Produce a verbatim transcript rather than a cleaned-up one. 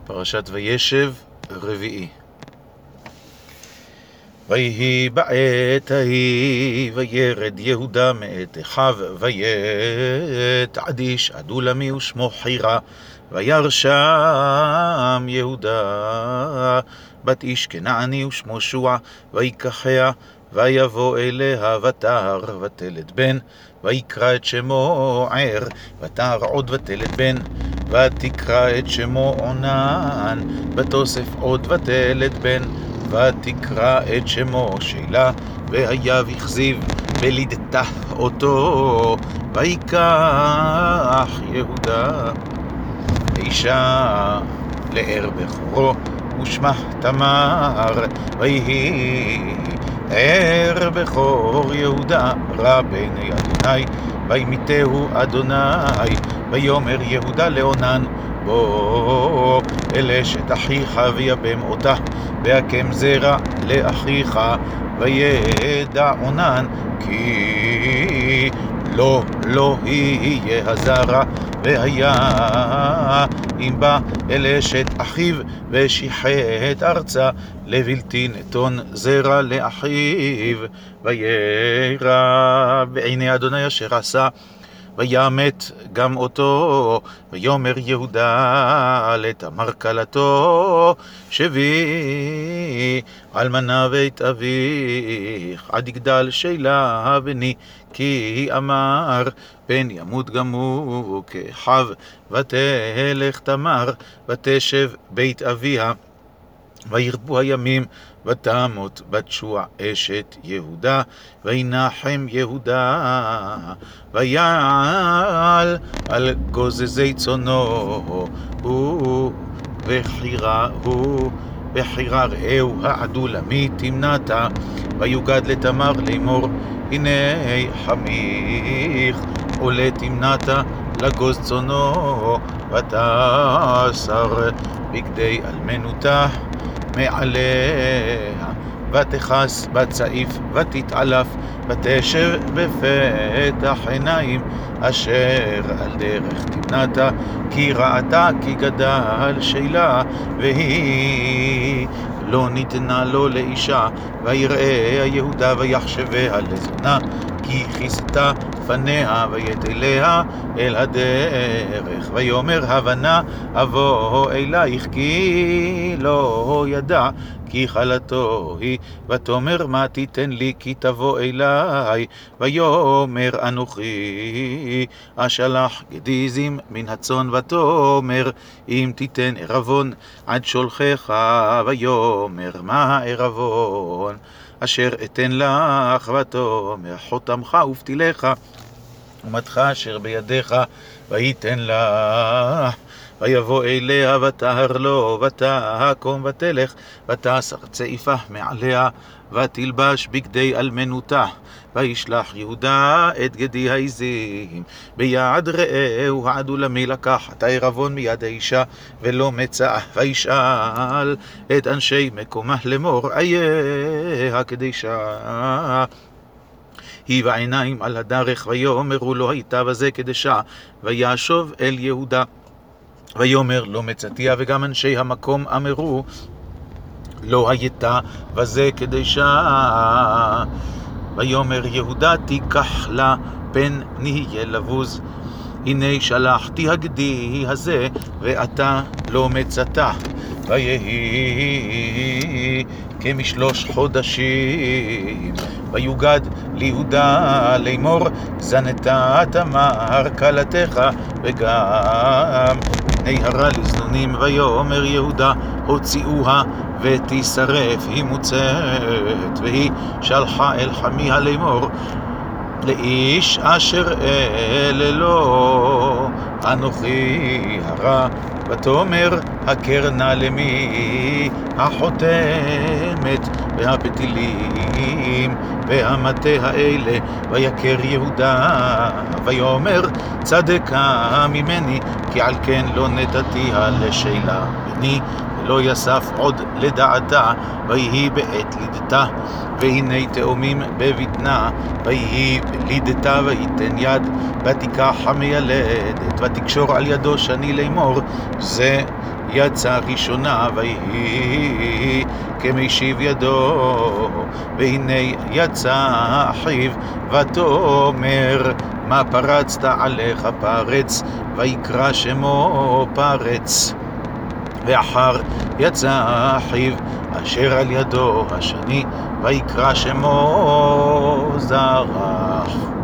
פרשת וישב רביעי. ויהי בעת ההיא וירד יהודה מאת אחיו ויתעדיש אדולמי ושמו חירה וירא שם יהודה בת איש כנעני ושמו שוע ויקחיה ויבוא אליה ותער ותלד בן ויקרא את שמו ער ותער עוד ותלד בן ותקרא את שמו עונן ותוסף עוד ותלד בן ותקרא את שמו שילה והיה וכזיב ולידתה אותו ויקח יהודה אישה לער בכורו ושמה תמר ויהי ער בכור יהודה רע בעיני אדוני וימיתהו אדוני ויאמר יהודה לעונן בוא אל אשת אחיך ויבם אותה והקם זרע לאחיך וידע עונן כי לא לא יהיה הזרע והיה אם בא אל אשת אחיו ושיחת ארצה לבלתי נתון זרע לאחיו וירא בעיני אדוני אשר עשה וימת גם אותו ויאמר יהודה לתמר כלתו שבי אלמנה בית אביך עד יגדל שילה בני כי אמר פן ימות גם הוא כאחיו ותלך תמר ותשב בית אביה וירבו הימים ותמות בת שוע אשת יהודה וינחם יהודה ויעל על גוזזי צונו הוא וחירה הוא וחירה רעהו האדולמי תמנתה ויוגד לתמר לאמור הנה חמיך עולה תמנתה לגוז צונו ותאסר בגדי אלמנותה מעליה ותכס בצעיף ותתעלף ותשב בפתח עיניים אשר על דרך תמנתה כי ראתה כי גדל שילה והיא לא ניתנה לו לאישה ויראה יהודה ויחשביה לזונה כי כיסתה פניה וית אליה אל הדרך ויאמר הבנה אבוא אלייך כי לא ידע כי חלתו היא ותאמר מה תיתן לי כי תבוא אליי ויאמר אנוכי אשלח גדיזים מן הצאן ותאמר אם תיתן ערבון עד שולחך ויאמר מה הערבון אשר אתן לך ותאמר חותמך ופתילך ומתך אשר בידיך ויתן לך ויבוא אליה ותהר לו ותקום ותלך ותאסר צעיפה מעליה ותלבש בגדי אלמנותה וישלח יהודה את גדי העזים ביד רעהו האדולמי לקח את הערבון מיד האישה ולא מצאה וישאל את אנשי מקומה לאמור איה הקדישה היא בעיניים על הדרך ויאמרו לו הייתה בזה קדשה וישוב אל יהודה ויאמר לא מצאתיה וגם אנשי המקום אמרו לא הייתה בזה קדשה ויאמר יהודה תיקח לה פן נהיה לבוז הנה שלחתי הגדי הזה ואתה לא מצאתה ויהי כמשלוש חודשים ויוגד ליהודה לאמור זנתה תמר כלתך וגם בני הרע לזנונים ויאמר יהודה הוציאוה ותשרף היא מוצאת והיא שלחה אל חמיה לאמור לאיש אשר אלה לו אנוכי הרע ותאמר הקרנה למי החותמת והפתילים והמטה האלה ויקר יהודה ויאמר צדקה ממני כי על כן לא נתתיה לשילה בני ולא יסף עוד לדעתה ויהי בעת לידתה והנה תאומים בבטנה ויהי לידתה ויתן יד ותיקח המיילדת ותקשור על ידו שני לאמור זה יצא ראשונה ויהי כמשיב ידו, והנה יצא אחיו ותאמר מה פרצת עליך פרץ, ויקרא שמו פרץ. ואחר יצא אחיו אשר על ידו השני, ויקרא שמו זרח.